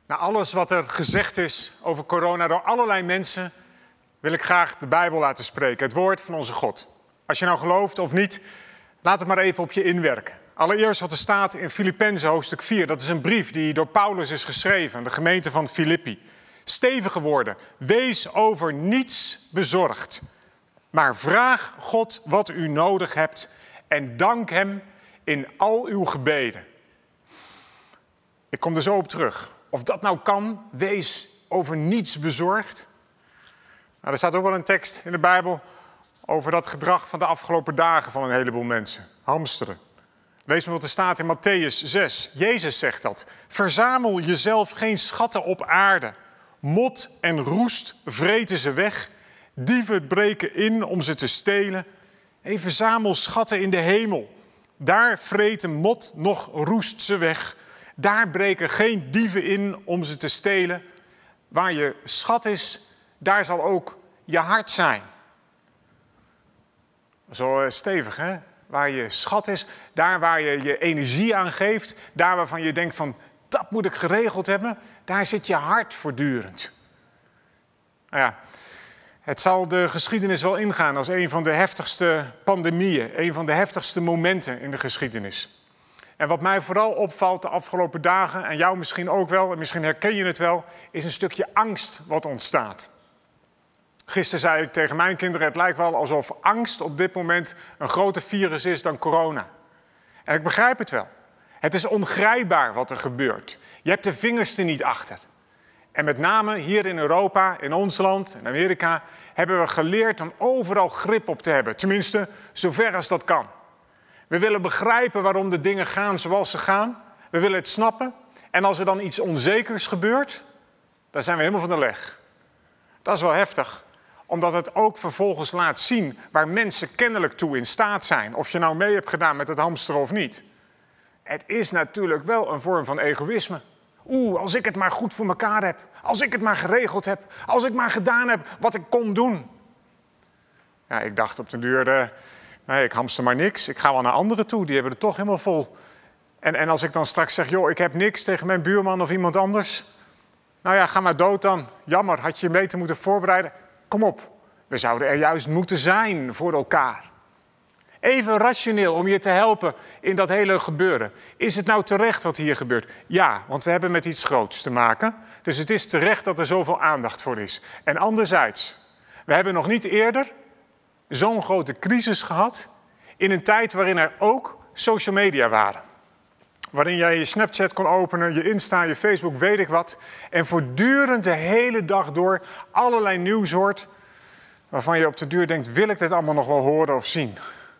Na alles wat er gezegd is over corona door allerlei mensen, wil ik graag de Bijbel laten spreken, het woord van onze God. Als je nou gelooft of niet, laat het maar even op je inwerken. Allereerst wat er staat in Filippenzen hoofdstuk 4. Dat is een brief die door Paulus is geschreven aan de gemeente van Filippi. Stevige woorden. Wees over niets bezorgd. Maar vraag God wat u nodig hebt en dank hem in al uw gebeden. Ik kom er zo op terug. Of dat nou kan, wees over niets bezorgd. Nou, er staat ook wel een tekst in de Bijbel over dat gedrag van de afgelopen dagen van een heleboel mensen. Hamsteren. Lees maar wat er staat in Mattheüs 6. Jezus zegt dat. Verzamel jezelf geen schatten op aarde. Mot en roest vreten ze weg. Dieven breken in om ze te stelen. En verzamel schatten in de hemel. Daar vreten mot nog roest ze weg. Daar breken geen dieven in om ze te stelen. Waar je schat is, daar zal ook je hart zijn. Zo stevig, hè? Waar je schat is, daar waar je je energie aan geeft, daar waarvan je denkt van, dat moet ik geregeld hebben, daar zit je hart voortdurend. Nou ja, het zal de geschiedenis wel ingaan als een van de heftigste pandemieën, een van de heftigste momenten in de geschiedenis. En wat mij vooral opvalt de afgelopen dagen, en jou misschien ook wel, en misschien herken je het wel, is een stukje angst wat ontstaat. Gisteren zei ik tegen mijn kinderen, het lijkt wel alsof angst op dit moment een groter virus is dan corona. En ik begrijp het wel. Het is ongrijpbaar wat er gebeurt. Je hebt de vingers er niet achter. En met name hier in Europa, in ons land, in Amerika, hebben we geleerd om overal grip op te hebben. Tenminste, zover als dat kan. We willen begrijpen waarom de dingen gaan zoals ze gaan. We willen het snappen. En als er dan iets onzekers gebeurt, dan zijn we helemaal van de leg. Dat is wel heftig. Omdat het ook vervolgens laat zien waar mensen kennelijk toe in staat zijn. Of je nou mee hebt gedaan met het hamsteren of niet. Het is natuurlijk wel een vorm van egoïsme. Als ik het maar goed voor elkaar heb. Als ik het maar geregeld heb. Als ik maar gedaan heb wat ik kon doen. Ja, ik dacht op de duur, nee, ik hamster maar niks. Ik ga wel naar anderen toe, die hebben het toch helemaal vol. En als ik dan straks zeg, joh, ik heb niks tegen mijn buurman of iemand anders. Nou ja, ga maar dood dan. Jammer, had je je beter moeten voorbereiden. Kom op, we zouden er juist moeten zijn voor elkaar. Even rationeel om je te helpen in dat hele gebeuren. Is het nou terecht wat hier gebeurt? Ja, want we hebben met iets groots te maken. Dus het is terecht dat er zoveel aandacht voor is. En anderzijds, we hebben nog niet eerder zo'n grote crisis gehad in een tijd waarin er ook social media waren. Waarin jij je Snapchat kon openen, je Insta, je Facebook, weet ik wat. En voortdurend de hele dag door allerlei nieuws hoort. Waarvan je op de duur denkt, wil ik dit allemaal nog wel horen of zien?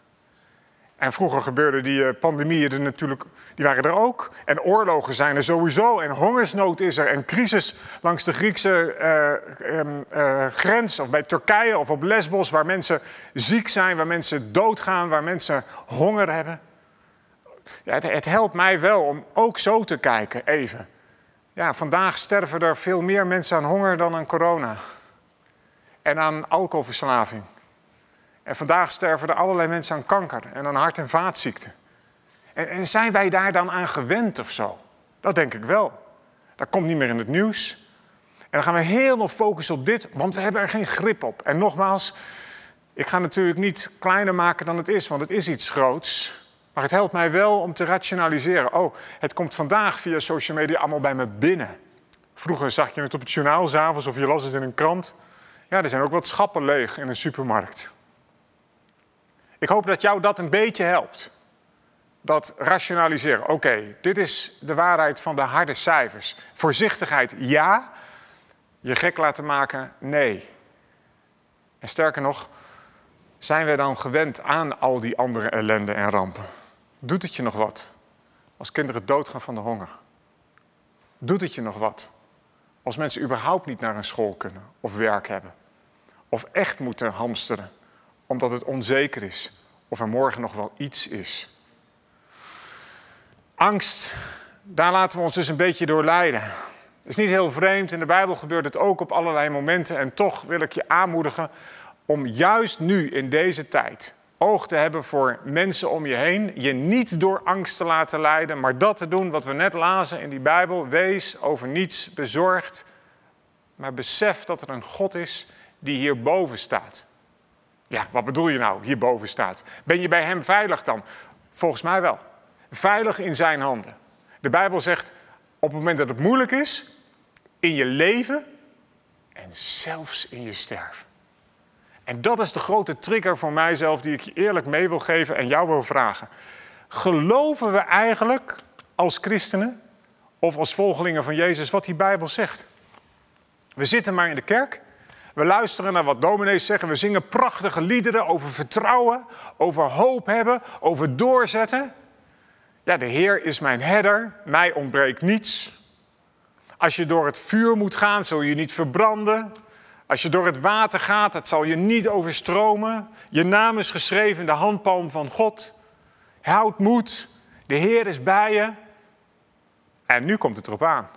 En vroeger gebeurden die pandemieën er natuurlijk, die waren er ook. En oorlogen zijn er sowieso. En hongersnood is er. En crisis langs de Griekse grens. Of bij Turkije of op Lesbos. Waar mensen ziek zijn, waar mensen doodgaan, waar mensen honger hebben. Ja, het helpt mij wel om ook zo te kijken, even. Ja, vandaag sterven er veel meer mensen aan honger dan aan corona. En aan alcoholverslaving. En vandaag sterven er allerlei mensen aan kanker en aan hart- en vaatziekten. En zijn wij daar dan aan gewend of zo? Dat denk ik wel. Dat komt niet meer in het nieuws. En dan gaan we helemaal focussen op dit, want we hebben er geen grip op. En nogmaals, ik ga natuurlijk niet kleiner maken dan het is, want het is iets groots. Maar het helpt mij wel om te rationaliseren. Het komt vandaag via social media allemaal bij me binnen. Vroeger zag je het op het journaal 's avonds of je las het in een krant. Ja, er zijn ook wat schappen leeg in een supermarkt. Ik hoop dat jou dat een beetje helpt. Dat rationaliseren. Oké, dit is de waarheid van de harde cijfers. Voorzichtigheid, ja. Je gek laten maken, nee. En sterker nog, zijn we dan gewend aan al die andere ellende en rampen? Doet het je nog wat als kinderen doodgaan van de honger? Doet het je nog wat als mensen überhaupt niet naar een school kunnen of werk hebben? Of echt moeten hamsteren omdat het onzeker is of er morgen nog wel iets is? Angst, daar laten we ons dus een beetje door leiden. Het is niet heel vreemd, in de Bijbel gebeurt het ook op allerlei momenten. En toch wil ik je aanmoedigen om juist nu in deze tijd Oog te hebben voor mensen om je heen. Je niet door angst te laten leiden, maar dat te doen wat we net lazen in die Bijbel. Wees over niets bezorgd, maar besef dat er een God is die hierboven staat. Ja, wat bedoel je nou, hierboven staat? Ben je bij hem veilig dan? Volgens mij wel. Veilig in zijn handen. De Bijbel zegt, op het moment dat het moeilijk is, in je leven en zelfs in je sterven. En dat is de grote trigger voor mijzelf die ik je eerlijk mee wil geven en jou wil vragen. Geloven we eigenlijk als christenen of als volgelingen van Jezus wat die Bijbel zegt? We zitten maar in de kerk. We luisteren naar wat dominees zeggen. We zingen prachtige liederen over vertrouwen, over hoop hebben, over doorzetten. Ja, de Heer is mijn herder, mij ontbreekt niets. Als je door het vuur moet gaan, zul je niet verbranden. Als je door het water gaat, het zal je niet overstromen. Je naam is geschreven in de handpalm van God. Houd moed, de Heer is bij je. En nu komt het erop aan.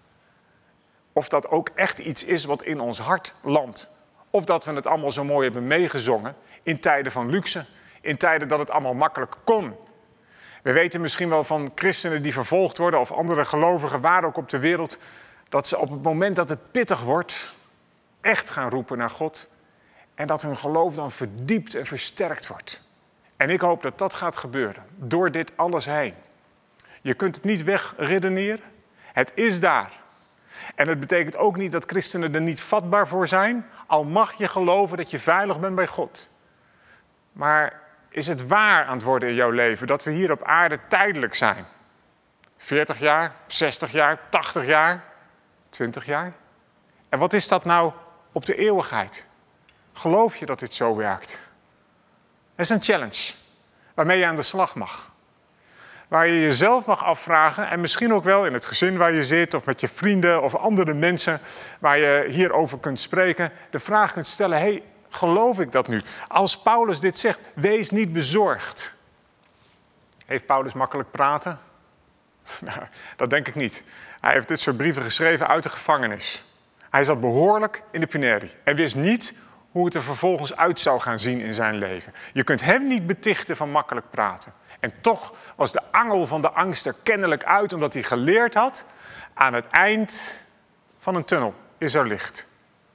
Of dat ook echt iets is wat in ons hart landt. Of dat we het allemaal zo mooi hebben meegezongen in tijden van luxe. In tijden dat het allemaal makkelijk kon. We weten misschien wel van christenen die vervolgd worden of andere gelovigen, waar ook op de wereld, dat ze op het moment dat het pittig wordt, echt gaan roepen naar God. En dat hun geloof dan verdiept en versterkt wordt. En ik hoop dat dat gaat gebeuren, door dit alles heen. Je kunt het niet wegredeneren. Het is daar. En het betekent ook niet dat christenen er niet vatbaar voor zijn, al mag je geloven dat je veilig bent bij God. Maar is het waar aan het worden in jouw leven dat we hier op aarde tijdelijk zijn? 40 jaar, 60 jaar, 80 jaar, 20 jaar? En wat is dat nou op de eeuwigheid? Geloof je dat dit zo werkt? Dat is een challenge waarmee je aan de slag mag. Waar je jezelf mag afvragen en misschien ook wel in het gezin waar je zit of met je vrienden of andere mensen waar je hierover kunt spreken, de vraag kunt stellen, hey, geloof ik dat nu? Als Paulus dit zegt, wees niet bezorgd. Heeft Paulus makkelijk praten? Nou, dat denk ik niet. Hij heeft dit soort brieven geschreven uit de gevangenis. Hij zat behoorlijk in de pinerie en wist niet hoe het er vervolgens uit zou gaan zien in zijn leven. Je kunt hem niet betichten van makkelijk praten. En toch was de angel van de angst er kennelijk uit, omdat hij geleerd had, aan het eind van een tunnel is er licht.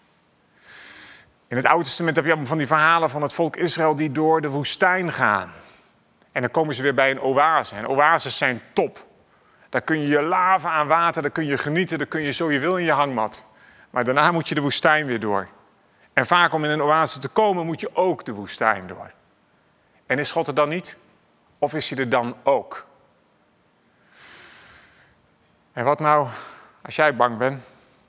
In het Oude Testament heb je allemaal van die verhalen van het volk Israël die door de woestijn gaan. En dan komen ze weer bij een oase. En oases zijn top. Daar kun je je laven aan water, daar kun je genieten, daar kun je zo je wil in je hangmat. Maar daarna moet je de woestijn weer door. En vaak om in een oase te komen moet je ook de woestijn door. En is God er dan niet? Of is hij er dan ook? En wat nou als jij bang bent?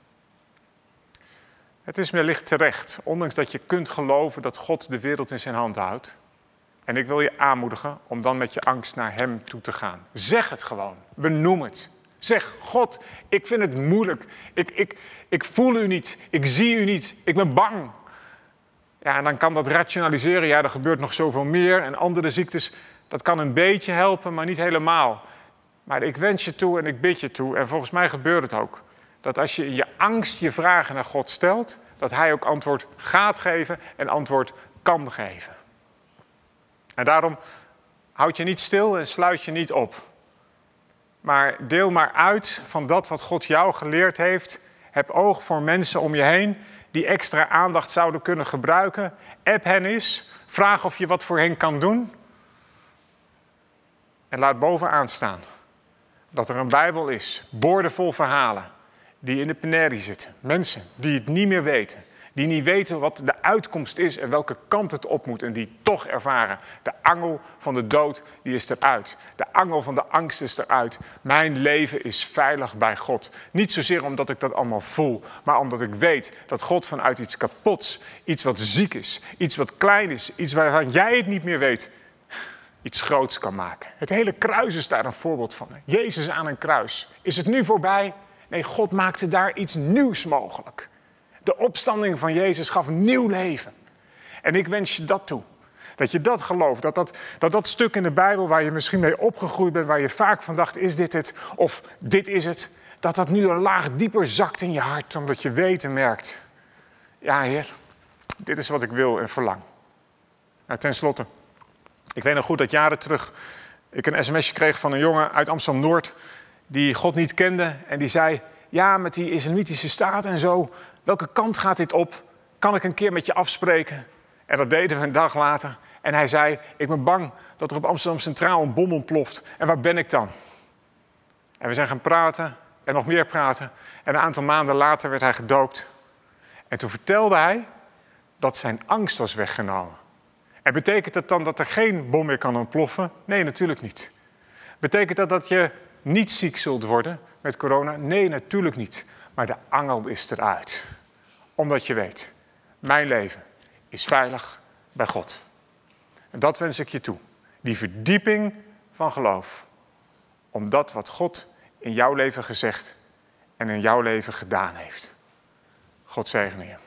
Het is wellicht terecht, ondanks dat je kunt geloven dat God de wereld in zijn hand houdt. En ik wil je aanmoedigen om dan met je angst naar hem toe te gaan. Zeg het gewoon, benoem het. Zeg, God, ik vind het moeilijk. Ik voel u niet, ik zie u niet, ik ben bang. Ja, en dan kan dat rationaliseren. Ja, er gebeurt nog zoveel meer en andere ziektes. Dat kan een beetje helpen, maar niet helemaal. Maar ik wens je toe en ik bid je toe, en volgens mij gebeurt het ook, dat als je in je angst je vragen naar God stelt, dat hij ook antwoord gaat geven en antwoord kan geven. En daarom houd je niet stil en sluit je niet op. Maar deel maar uit van dat wat God jou geleerd heeft. Heb oog voor mensen om je heen die extra aandacht zouden kunnen gebruiken. App hen eens. Vraag of je wat voor hen kan doen. En laat bovenaan staan dat er een Bijbel is, boordevol verhalen, die in de penerie zitten. Mensen die het niet meer weten. Die niet weten wat de uitkomst is en welke kant het op moet. En die toch ervaren. De angel van de dood, die is eruit. De angel van de angst is eruit. Mijn leven is veilig bij God. Niet zozeer omdat ik dat allemaal voel. Maar omdat ik weet dat God vanuit iets kapots, iets wat ziek is, iets wat klein is, iets waarvan jij het niet meer weet, iets groots kan maken. Het hele kruis is daar een voorbeeld van. Jezus aan een kruis. Is het nu voorbij? Nee, God maakte daar iets nieuws mogelijk. De opstanding van Jezus gaf nieuw leven. En ik wens je dat toe. Dat je dat gelooft. Dat stuk in de Bijbel waar je misschien mee opgegroeid bent, waar je vaak van dacht, is dit het? Of dit is het. Dat nu een laag dieper zakt in je hart. Omdat je weet en merkt. Ja, Heer, dit is wat ik wil en verlang. Nou, ten slotte. Ik weet nog goed dat jaren terug ik een sms'je kreeg van een jongen uit Amsterdam-Noord die God niet kende. En die zei, ja, met die islamitische staat en zo, welke kant gaat dit op? Kan ik een keer met je afspreken? En dat deden we een dag later. En hij zei, ik ben bang dat er op Amsterdam Centraal een bom ontploft. En waar ben ik dan? En we zijn gaan praten en nog meer praten. En een aantal maanden later werd hij gedoopt. En toen vertelde hij dat zijn angst was weggenomen. En betekent dat dan dat er geen bom meer kan ontploffen? Nee, natuurlijk niet. Betekent dat dat je niet ziek zult worden met corona? Nee, natuurlijk niet. Maar de angel is eruit. Omdat je weet, mijn leven is veilig bij God. En dat wens ik je toe. Die verdieping van geloof. Om dat wat God in jouw leven gezegd en in jouw leven gedaan heeft. God zegene je.